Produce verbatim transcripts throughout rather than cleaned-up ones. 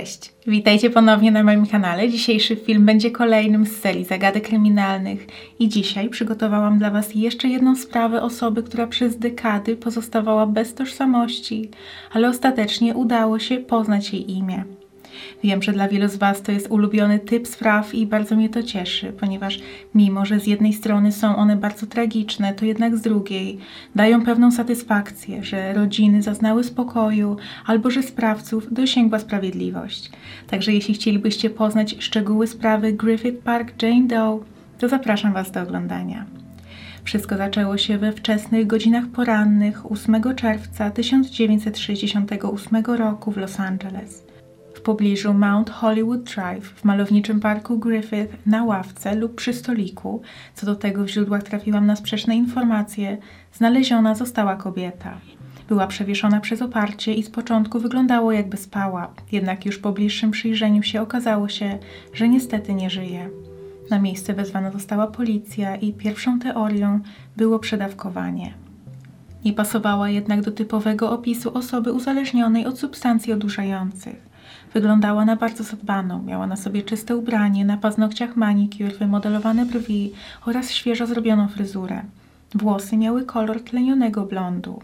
Cześć, witajcie ponownie na moim kanale. Dzisiejszy film będzie kolejnym z serii zagadek kryminalnych i dzisiaj przygotowałam dla Was jeszcze jedną sprawę osoby, która przez dekady pozostawała bez tożsamości, ale ostatecznie udało się poznać jej imię. Wiem, że dla wielu z Was to jest ulubiony typ spraw i bardzo mnie to cieszy, ponieważ mimo, że z jednej strony są one bardzo tragiczne, to jednak z drugiej dają pewną satysfakcję, że rodziny zaznały spokoju albo że sprawców dosięgła sprawiedliwość. Także jeśli chcielibyście poznać szczegóły sprawy Griffith Park Jane Doe, to zapraszam Was do oglądania. Wszystko zaczęło się we wczesnych godzinach porannych ósmego czerwca tysiąc dziewięćset sześćdziesiątego ósmego roku w Los Angeles. W pobliżu Mount Hollywood Drive w malowniczym parku Griffith na ławce lub przy stoliku, co do tego w źródłach trafiłam na sprzeczne informacje, znaleziona została kobieta. Była przewieszona przez oparcie i z początku wyglądało, jakby spała, jednak już po bliższym przyjrzeniu się okazało się, że niestety nie żyje. Na miejsce wezwana została policja i pierwszą teorią było przedawkowanie. Nie pasowała jednak do typowego opisu osoby uzależnionej od substancji odurzających. Wyglądała na bardzo zadbaną, miała na sobie czyste ubranie, na paznokciach manicure, wymodelowane brwi oraz świeżo zrobioną fryzurę. Włosy miały kolor tlenionego blondu.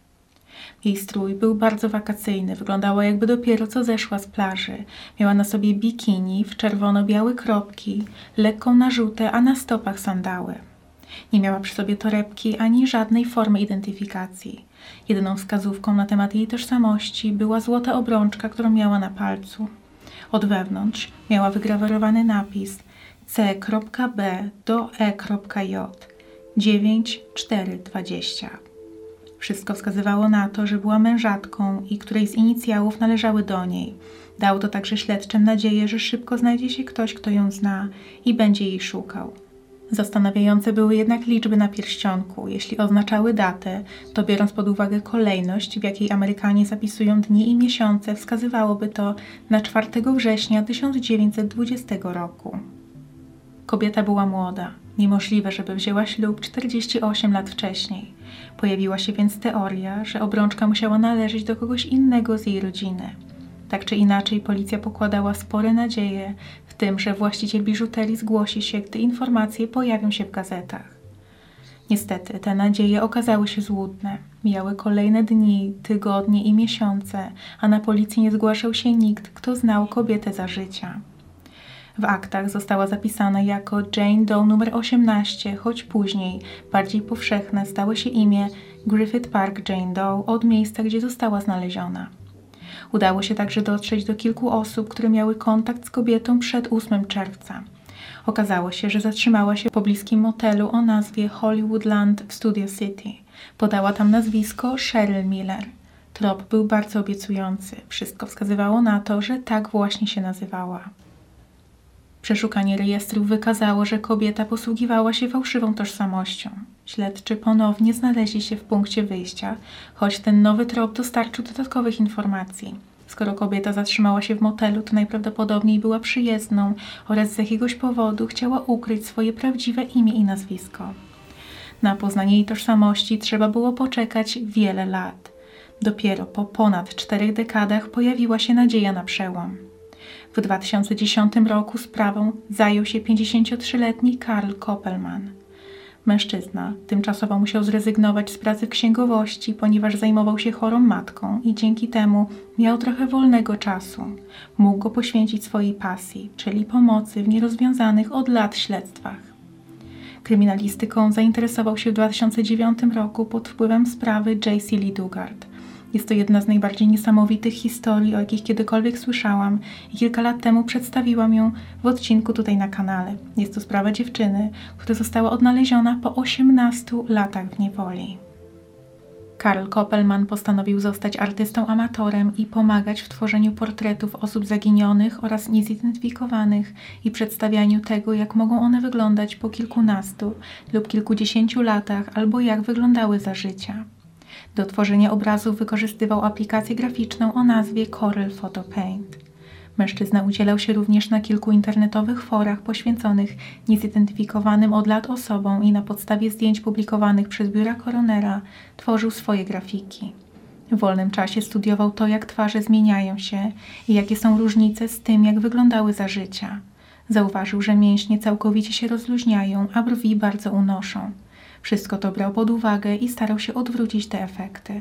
Jej strój był bardzo wakacyjny, wyglądała jakby dopiero co zeszła z plaży. Miała na sobie bikini w czerwono-białe kropki, lekką narzutę, a na stopach sandały. Nie miała przy sobie torebki ani żadnej formy identyfikacji. Jedyną wskazówką na temat jej tożsamości była złota obrączka, którą miała na palcu. Od wewnątrz miała wygrawerowany napis C B do E J dziewięć cztery dwadzieścia. Wszystko wskazywało na to, że była mężatką i której z inicjałów należały do niej. Dało to także śledczym nadzieję, że szybko znajdzie się ktoś, kto ją zna i będzie jej szukał. Zastanawiające były jednak liczby na pierścionku. Jeśli oznaczały datę, to biorąc pod uwagę kolejność, w jakiej Amerykanie zapisują dni i miesiące, wskazywałoby to na czwartego września tysiąc dziewięćset dwudziestego roku. Kobieta była młoda. Niemożliwe, żeby wzięła ślub czterdzieści osiem lat wcześniej. Pojawiła się więc teoria, że obrączka musiała należeć do kogoś innego z jej rodziny. Tak czy inaczej, policja pokładała spore nadzieje w tym, że właściciel biżuterii zgłosi się, gdy informacje pojawią się w gazetach. Niestety, te nadzieje okazały się złudne. Mijały kolejne dni, tygodnie i miesiące, a na policji nie zgłaszał się nikt, kto znał kobietę za życia. W aktach została zapisana jako Jane Doe numer osiemnaście, choć później, bardziej powszechne, stało się imię Griffith Park Jane Doe od miejsca, gdzie została znaleziona. Udało się także dotrzeć do kilku osób, które miały kontakt z kobietą przed ósmego czerwca. Okazało się, że zatrzymała się w pobliskim motelu o nazwie Hollywoodland w Studio City. Podała tam nazwisko Cheryl Miller. Trop był bardzo obiecujący. Wszystko wskazywało na to, że tak właśnie się nazywała. Przeszukanie rejestrów wykazało, że kobieta posługiwała się fałszywą tożsamością. Śledczy ponownie znaleźli się w punkcie wyjścia, choć ten nowy trop dostarczył dodatkowych informacji. Skoro kobieta zatrzymała się w motelu, to najprawdopodobniej była przyjezdną oraz z jakiegoś powodu chciała ukryć swoje prawdziwe imię i nazwisko. Na poznanie jej tożsamości trzeba było poczekać wiele lat. Dopiero po ponad czterech dekadach pojawiła się nadzieja na przełom. W dwa tysiące dziesiątym roku sprawą zajął się pięćdziesięciotrzyletni Karl Koppelman. Mężczyzna tymczasowo musiał zrezygnować z pracy w księgowości, ponieważ zajmował się chorą matką i dzięki temu miał trochę wolnego czasu. Mógł go poświęcić swojej pasji, czyli pomocy w nierozwiązanych od lat śledztwach. Kryminalistyką zainteresował się w dwa tysiące dziewiątym roku pod wpływem sprawy J C Lee Dugard. Jest to jedna z najbardziej niesamowitych historii, o jakich kiedykolwiek słyszałam i kilka lat temu przedstawiłam ją w odcinku tutaj na kanale. Jest to sprawa dziewczyny, która została odnaleziona po osiemnastu latach w niewoli. Karl Koppelman postanowił zostać artystą amatorem i pomagać w tworzeniu portretów osób zaginionych oraz niezidentyfikowanych i przedstawianiu tego, jak mogą one wyglądać po kilkunastu lub kilkudziesięciu latach albo jak wyglądały za życia. Do tworzenia obrazów wykorzystywał aplikację graficzną o nazwie Corel Photo Paint. Mężczyzna udzielał się również na kilku internetowych forach poświęconych niezidentyfikowanym od lat osobom i na podstawie zdjęć publikowanych przez biura koronera tworzył swoje grafiki. W wolnym czasie studiował to, jak twarze zmieniają się i jakie są różnice z tym, jak wyglądały za życia. Zauważył, że mięśnie całkowicie się rozluźniają, a brwi bardzo unoszą. Wszystko to brał pod uwagę i starał się odwrócić te efekty.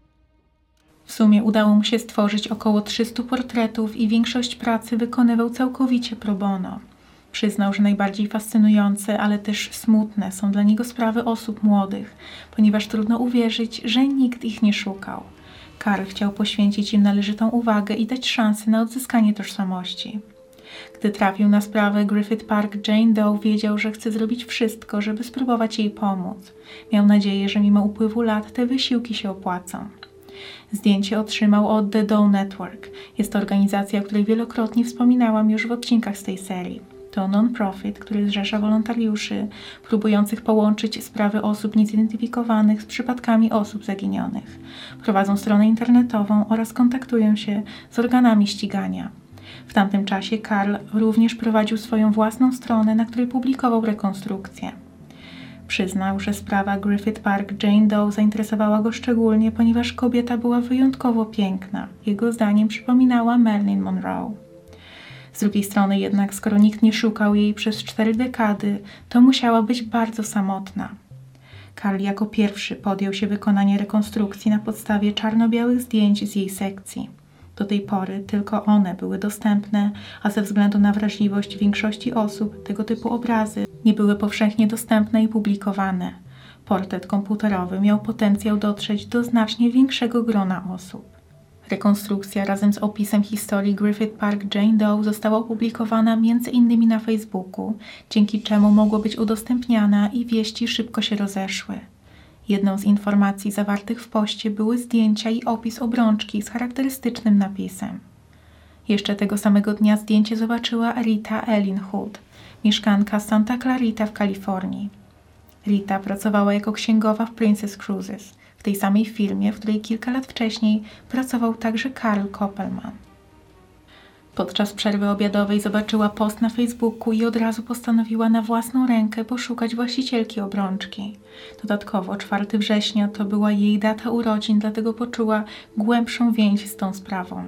W sumie udało mu się stworzyć około trzystu portretów i większość pracy wykonywał całkowicie pro bono. Przyznał, że najbardziej fascynujące, ale też smutne są dla niego sprawy osób młodych, ponieważ trudno uwierzyć, że nikt ich nie szukał. Karl chciał poświęcić im należytą uwagę i dać szansę na odzyskanie tożsamości. Gdy trafił na sprawę Griffith Park, Jane Doe wiedział, że chce zrobić wszystko, żeby spróbować jej pomóc. Miał nadzieję, że mimo upływu lat te wysiłki się opłacą. Zdjęcie otrzymał od The Doe Network. Jest to organizacja, o której wielokrotnie wspominałam już w odcinkach z tej serii. To non-profit, który zrzesza wolontariuszy próbujących połączyć sprawy osób niezidentyfikowanych z przypadkami osób zaginionych. Prowadzą stronę internetową oraz kontaktują się z organami ścigania. W tamtym czasie Karl również prowadził swoją własną stronę, na której publikował rekonstrukcje. Przyznał, że sprawa Griffith Park Jane Doe zainteresowała go szczególnie, ponieważ kobieta była wyjątkowo piękna. Jego zdaniem przypominała Marilyn Monroe. Z drugiej strony jednak, skoro nikt nie szukał jej przez cztery dekady, to musiała być bardzo samotna. Karl jako pierwszy podjął się wykonania rekonstrukcji na podstawie czarno-białych zdjęć z jej sekcji. Do tej pory tylko one były dostępne, a ze względu na wrażliwość większości osób tego typu obrazy nie były powszechnie dostępne i publikowane. Portret komputerowy miał potencjał dotrzeć do znacznie większego grona osób. Rekonstrukcja razem z opisem historii Griffith Park Jane Doe została opublikowana między innymi na Facebooku, dzięki czemu mogła być udostępniana i wieści szybko się rozeszły. Jedną z informacji zawartych w poście były zdjęcia i opis obrączki z charakterystycznym napisem. Jeszcze tego samego dnia zdjęcie zobaczyła Rita Ellen Hood, mieszkanka Santa Clarita w Kalifornii. Rita pracowała jako księgowa w Princess Cruises, w tej samej firmie, w której kilka lat wcześniej pracował także Karl Koppelman. Podczas przerwy obiadowej zobaczyła post na Facebooku i od razu postanowiła na własną rękę poszukać właścicielki obrączki. Dodatkowo czwartego września to była jej data urodzin, dlatego poczuła głębszą więź z tą sprawą.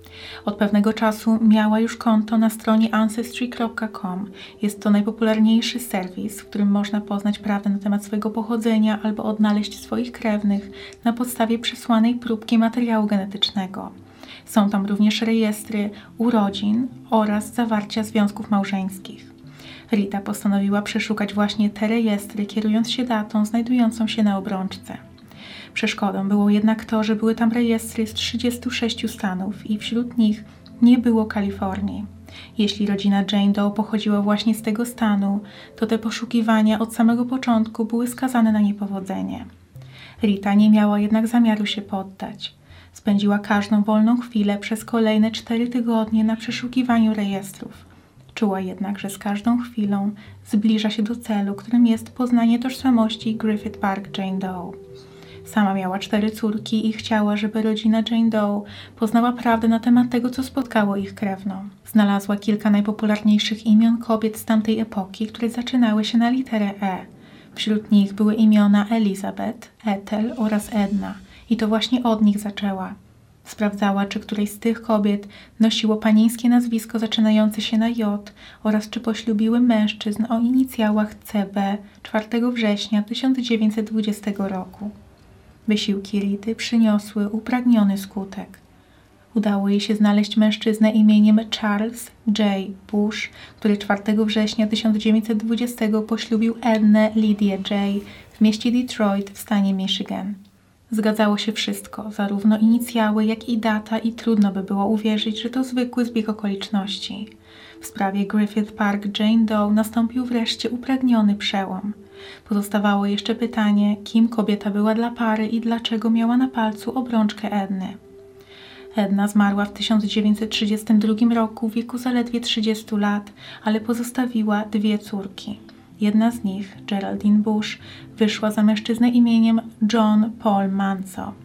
Od pewnego czasu miała już konto na stronie ancestry kropka com. Jest to najpopularniejszy serwis, w którym można poznać prawdę na temat swojego pochodzenia albo odnaleźć swoich krewnych na podstawie przesłanej próbki materiału genetycznego. Są tam również rejestry urodzin oraz zawarcia związków małżeńskich. Rita postanowiła przeszukać właśnie te rejestry, kierując się datą znajdującą się na obrączce. Przeszkodą było jednak to, że były tam rejestry z trzydziestu sześciu stanów i wśród nich nie było Kalifornii. Jeśli rodzina Jane Doe pochodziła właśnie z tego stanu, to te poszukiwania od samego początku były skazane na niepowodzenie. Rita nie miała jednak zamiaru się poddać. Spędziła każdą wolną chwilę przez kolejne cztery tygodnie na przeszukiwaniu rejestrów. Czuła jednak, że z każdą chwilą zbliża się do celu, którym jest poznanie tożsamości Griffith Park Jane Doe. Sama miała cztery córki i chciała, żeby rodzina Jane Doe poznała prawdę na temat tego, co spotkało ich krewną. Znalazła kilka najpopularniejszych imion kobiet z tamtej epoki, które zaczynały się na literę E. Wśród nich były imiona Elizabeth, Ethel oraz Edna i to właśnie od nich zaczęła. Sprawdzała, czy któreś z tych kobiet nosiło panieńskie nazwisko zaczynające się na J oraz czy poślubiły mężczyzn o inicjałach C B czwartego września tysiąc dziewięćset dwudziestego roku. Wysiłki Rity przyniosły upragniony skutek. Udało jej się znaleźć mężczyznę imieniem Charles J. Bush, który czwartego września tysiąc dziewięćset dwudziestego poślubił Ednę Lydię J. w mieście Detroit w stanie Michigan. Zgadzało się wszystko, zarówno inicjały, jak i data i trudno by było uwierzyć, że to zwykły zbieg okoliczności. W sprawie Griffith Park Jane Doe nastąpił wreszcie upragniony przełom. Pozostawało jeszcze pytanie, kim kobieta była dla pary i dlaczego miała na palcu obrączkę Edny. Edna zmarła w tysiąc dziewięćset trzydziestym drugim roku w wieku zaledwie trzydziestu lat, ale pozostawiła dwie córki. Jedna z nich, Geraldine Bush, wyszła za mężczyznę imieniem John Paul Manzo.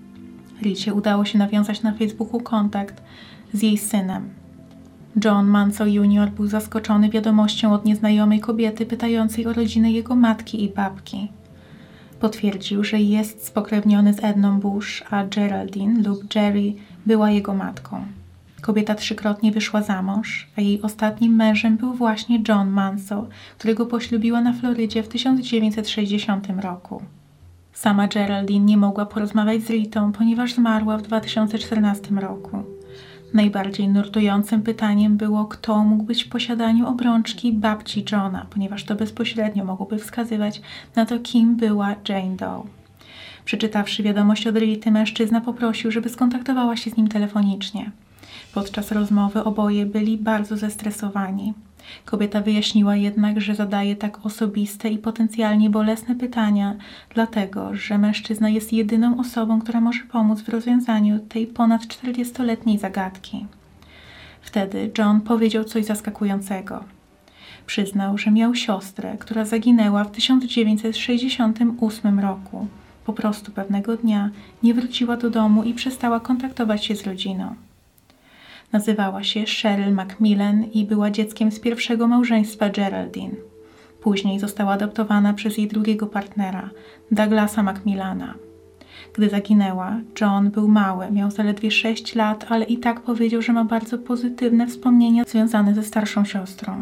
Ricie udało się nawiązać na Facebooku kontakt z jej synem. John Manzo junior był zaskoczony wiadomością od nieznajomej kobiety pytającej o rodzinę jego matki i babki. Potwierdził, że jest spokrewniony z Edną Bush, a Geraldine lub Jerry była jego matką. Kobieta trzykrotnie wyszła za mąż, a jej ostatnim mężem był właśnie John Manso, którego poślubiła na Florydzie w tysiąc dziewięćset sześćdziesiątym roku. Sama Geraldine nie mogła porozmawiać z Ritą, ponieważ zmarła w dwa tysiące czternastym roku. Najbardziej nurtującym pytaniem było, kto mógł być w posiadaniu obrączki babci Johna, ponieważ to bezpośrednio mogłoby wskazywać na to, kim była Jane Doe. Przeczytawszy wiadomość od Rity, mężczyzna poprosił, żeby skontaktowała się z nim telefonicznie. Podczas rozmowy oboje byli bardzo zestresowani. Kobieta wyjaśniła jednak, że zadaje tak osobiste i potencjalnie bolesne pytania, dlatego że mężczyzna jest jedyną osobą, która może pomóc w rozwiązaniu tej ponad czterdziestoletniej zagadki. Wtedy John powiedział coś zaskakującego. Przyznał, że miał siostrę, która zaginęła w tysiąc dziewięćset sześćdziesiątym ósmym roku. Po prostu pewnego dnia nie wróciła do domu i przestała kontaktować się z rodziną. Nazywała się Cheryl Macmillan i była dzieckiem z pierwszego małżeństwa Geraldine. Później została adoptowana przez jej drugiego partnera, Douglasa Macmillana. Gdy zaginęła, John był mały, miał zaledwie sześć lat, ale i tak powiedział, że ma bardzo pozytywne wspomnienia związane ze starszą siostrą.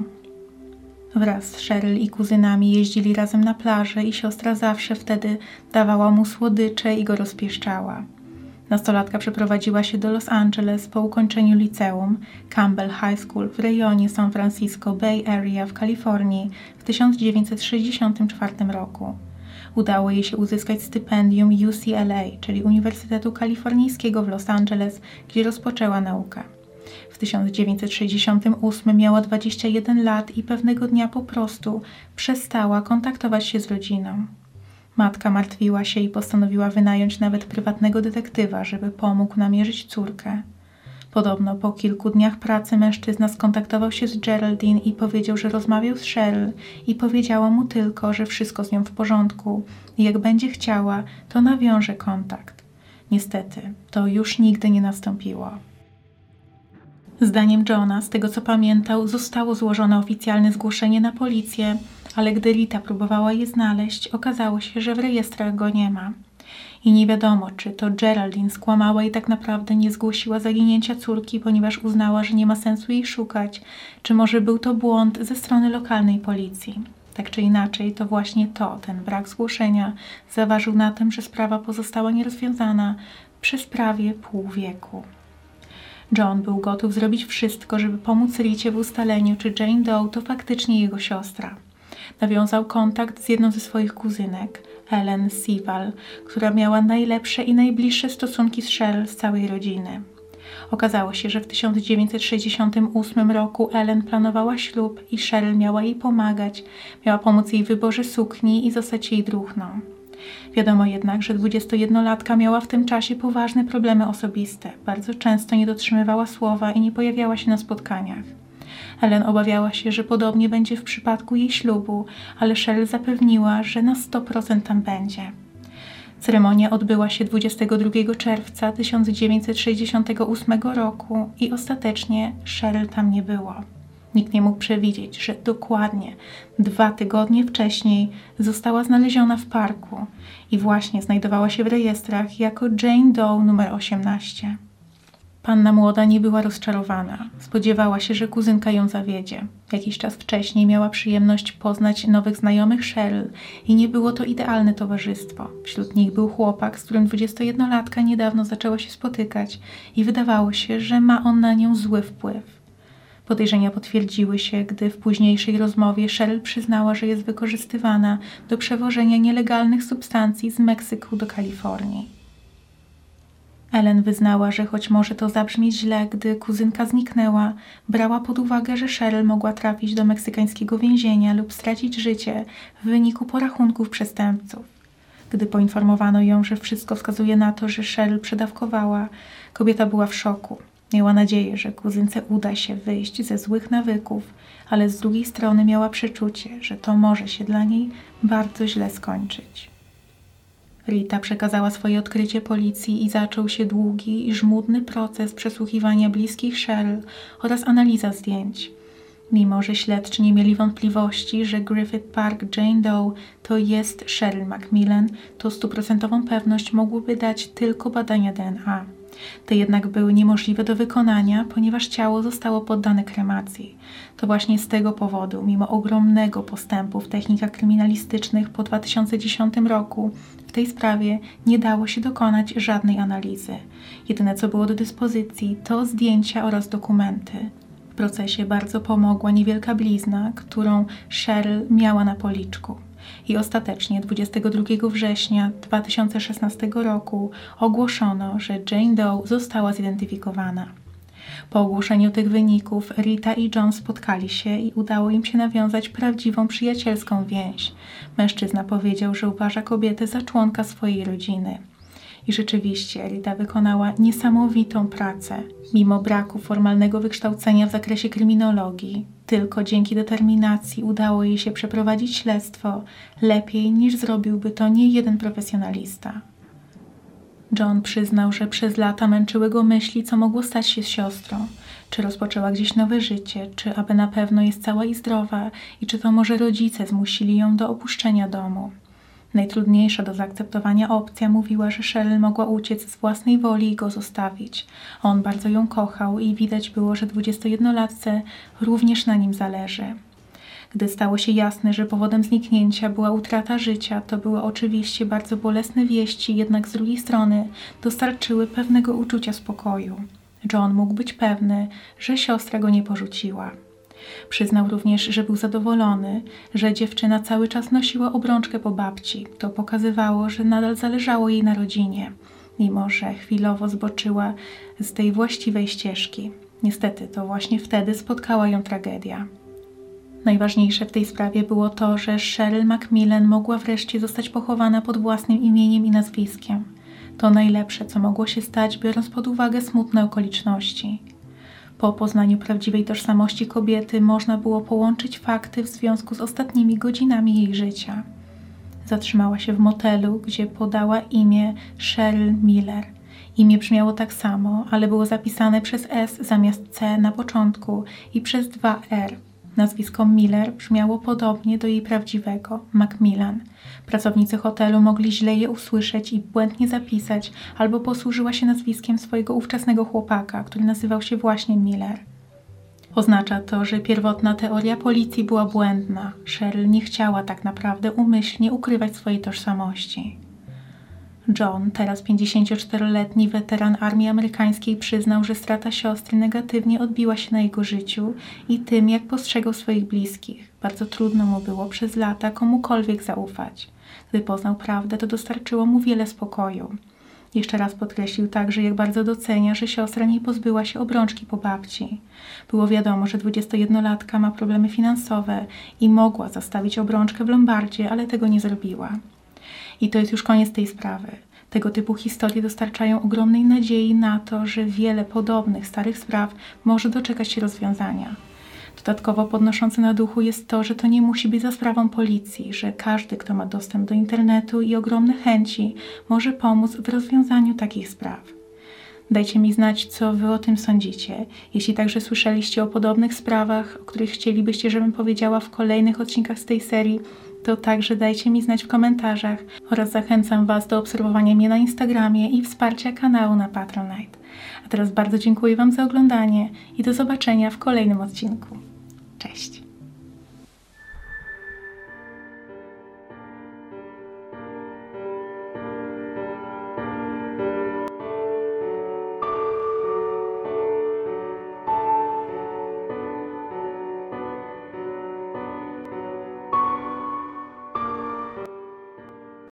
Wraz z Cheryl i kuzynami jeździli razem na plażę i siostra zawsze wtedy dawała mu słodycze i go rozpieszczała. Nastolatka przeprowadziła się do Los Angeles po ukończeniu liceum Campbell High School w rejonie San Francisco Bay Area w Kalifornii w tysiąc dziewięćset sześćdziesiątym czwartym roku. Udało jej się uzyskać stypendium U C L A, czyli Uniwersytetu Kalifornijskiego w Los Angeles, gdzie rozpoczęła naukę. W tysiąc dziewięćset sześćdziesiątym ósmym miała dwadzieścia jeden lat i pewnego dnia po prostu przestała kontaktować się z rodziną. Matka martwiła się i postanowiła wynająć nawet prywatnego detektywa, żeby pomógł namierzyć córkę. Podobno po kilku dniach pracy mężczyzna skontaktował się z Geraldine i powiedział, że rozmawiał z Cheryl i powiedziała mu tylko, że wszystko z nią w porządku i jak będzie chciała, to nawiąże kontakt. Niestety, to już nigdy nie nastąpiło. Zdaniem Johna, z tego co pamiętał, zostało złożone oficjalne zgłoszenie na policję, ale gdy Rita próbowała je znaleźć, okazało się, że w rejestrach go nie ma. I nie wiadomo, czy to Geraldine skłamała i tak naprawdę nie zgłosiła zaginięcia córki, ponieważ uznała, że nie ma sensu jej szukać, czy może był to błąd ze strony lokalnej policji. Tak czy inaczej, to właśnie to, ten brak zgłoszenia, zaważył na tym, że sprawa pozostała nierozwiązana przez prawie pół wieku. John był gotów zrobić wszystko, żeby pomóc Ricie w ustaleniu, czy Jane Doe to faktycznie jego siostra. Nawiązał kontakt z jedną ze swoich kuzynek, Ellen Sewall, która miała najlepsze i najbliższe stosunki z Cheryl z całej rodziny. Okazało się, że w tysiąc dziewięćset sześćdziesiątym ósmym roku Ellen planowała ślub i Cheryl miała jej pomagać, miała pomóc jej w wyborze sukni i zostać jej druhną. Wiadomo jednak, że dwudziestojednolatka miała w tym czasie poważne problemy osobiste. Bardzo często nie dotrzymywała słowa i nie pojawiała się na spotkaniach. Ellen obawiała się, że podobnie będzie w przypadku jej ślubu, ale Cheryl zapewniła, że na sto procent tam będzie. Ceremonia odbyła się dwudziestego drugiego czerwca tysiąc dziewięćset sześćdziesiątego ósmego roku i ostatecznie Cheryl tam nie było. Nikt nie mógł przewidzieć, że dokładnie dwa tygodnie wcześniej została znaleziona w parku i właśnie znajdowała się w rejestrach jako Jane Doe numer osiemnaście. Panna młoda nie była rozczarowana. Spodziewała się, że kuzynka ją zawiedzie. Jakiś czas wcześniej miała przyjemność poznać nowych znajomych Cheryl i nie było to idealne towarzystwo. Wśród nich był chłopak, z którym dwudziestojednolatka niedawno zaczęła się spotykać i wydawało się, że ma on na nią zły wpływ. Podejrzenia potwierdziły się, gdy w późniejszej rozmowie Cheryl przyznała, że jest wykorzystywana do przewożenia nielegalnych substancji z Meksyku do Kalifornii. Ellen wyznała, że choć może to zabrzmieć źle, gdy kuzynka zniknęła, brała pod uwagę, że Cheryl mogła trafić do meksykańskiego więzienia lub stracić życie w wyniku porachunków przestępców. Gdy poinformowano ją, że wszystko wskazuje na to, że Cheryl przedawkowała, kobieta była w szoku. Miała nadzieję, że kuzynce uda się wyjść ze złych nawyków, ale z drugiej strony miała przeczucie, że to może się dla niej bardzo źle skończyć. Rita przekazała swoje odkrycie policji i zaczął się długi i żmudny proces przesłuchiwania bliskich Cheryl oraz analiza zdjęć. Mimo że śledczy nie mieli wątpliwości, że Griffith Park Jane Doe to jest Cheryl Macmillan, to stuprocentową pewność mogłyby dać tylko badania D N A. Te jednak były niemożliwe do wykonania, ponieważ ciało zostało poddane kremacji. To właśnie z tego powodu, mimo ogromnego postępu w technikach kryminalistycznych po dwa tysiące dziesiątym roku, w tej sprawie nie dało się dokonać żadnej analizy. Jedyne co było do dyspozycji to zdjęcia oraz dokumenty. W procesie bardzo pomogła niewielka blizna, którą Cheryl miała na policzku. I ostatecznie dwudziestego drugiego września dwa tysiące szesnastego roku ogłoszono, że Jane Doe została zidentyfikowana. Po ogłoszeniu tych wyników Rita i John spotkali się i udało im się nawiązać prawdziwą przyjacielską więź. Mężczyzna powiedział, że uważa kobietę za członka swojej rodziny. I rzeczywiście Rita wykonała niesamowitą pracę. Mimo braku formalnego wykształcenia w zakresie kryminologii, tylko dzięki determinacji udało jej się przeprowadzić śledztwo lepiej niż zrobiłby to niejeden profesjonalista. John przyznał, że przez lata męczyły go myśli, co mogło stać się z siostrą. Czy rozpoczęła gdzieś nowe życie, czy aby na pewno jest cała i zdrowa i czy to może rodzice zmusili ją do opuszczenia domu. Najtrudniejsza do zaakceptowania opcja mówiła, że Cheryl mogła uciec z własnej woli i go zostawić. On bardzo ją kochał i widać było, że dwudziestojednolatce również na nim zależy. Gdy stało się jasne, że powodem zniknięcia była utrata życia, to były oczywiście bardzo bolesne wieści, jednak z drugiej strony dostarczyły pewnego uczucia spokoju. John mógł być pewny, że siostra go nie porzuciła. Przyznał również, że był zadowolony, że dziewczyna cały czas nosiła obrączkę po babci. To pokazywało, że nadal zależało jej na rodzinie, mimo że chwilowo zboczyła z tej właściwej ścieżki. Niestety, to właśnie wtedy spotkała ją tragedia. Najważniejsze w tej sprawie było to, że Cheryl Macmillan mogła wreszcie zostać pochowana pod własnym imieniem i nazwiskiem. To najlepsze, co mogło się stać, biorąc pod uwagę smutne okoliczności. Po poznaniu prawdziwej tożsamości kobiety można było połączyć fakty w związku z ostatnimi godzinami jej życia. Zatrzymała się w motelu, gdzie podała imię Cheryl Miller. Imię brzmiało tak samo, ale było zapisane przez S zamiast C na początku i przez dwa R. Nazwisko Miller brzmiało podobnie do jej prawdziwego, Macmillan. Pracownicy hotelu mogli źle je usłyszeć i błędnie zapisać, albo posłużyła się nazwiskiem swojego ówczesnego chłopaka, który nazywał się właśnie Miller. Oznacza to, że pierwotna teoria policji była błędna. Cheryl nie chciała tak naprawdę umyślnie ukrywać swojej tożsamości. John, teraz pięćdziesięcioczteroletni weteran armii amerykańskiej, przyznał, że strata siostry negatywnie odbiła się na jego życiu i tym, jak postrzegał swoich bliskich. Bardzo trudno mu było przez lata komukolwiek zaufać. Gdy poznał prawdę, to dostarczyło mu wiele spokoju. Jeszcze raz podkreślił także, jak bardzo docenia, że siostra nie pozbyła się obrączki po babci. Było wiadomo, że dwudziestojednolatka ma problemy finansowe i mogła zostawić obrączkę w lombardzie, ale tego nie zrobiła. I to jest już koniec tej sprawy. Tego typu historie dostarczają ogromnej nadziei na to, że wiele podobnych starych spraw może doczekać się rozwiązania. Dodatkowo podnoszące na duchu jest to, że to nie musi być za sprawą policji, że każdy, kto ma dostęp do internetu i ogromne chęci, może pomóc w rozwiązaniu takich spraw. Dajcie mi znać, co wy o tym sądzicie. Jeśli także słyszeliście o podobnych sprawach, o których chcielibyście, żebym powiedziała w kolejnych odcinkach z tej serii, to także dajcie mi znać w komentarzach oraz zachęcam was do obserwowania mnie na Instagramie i wsparcia kanału na Patronite. A teraz bardzo dziękuję wam za oglądanie i do zobaczenia w kolejnym odcinku. Cześć!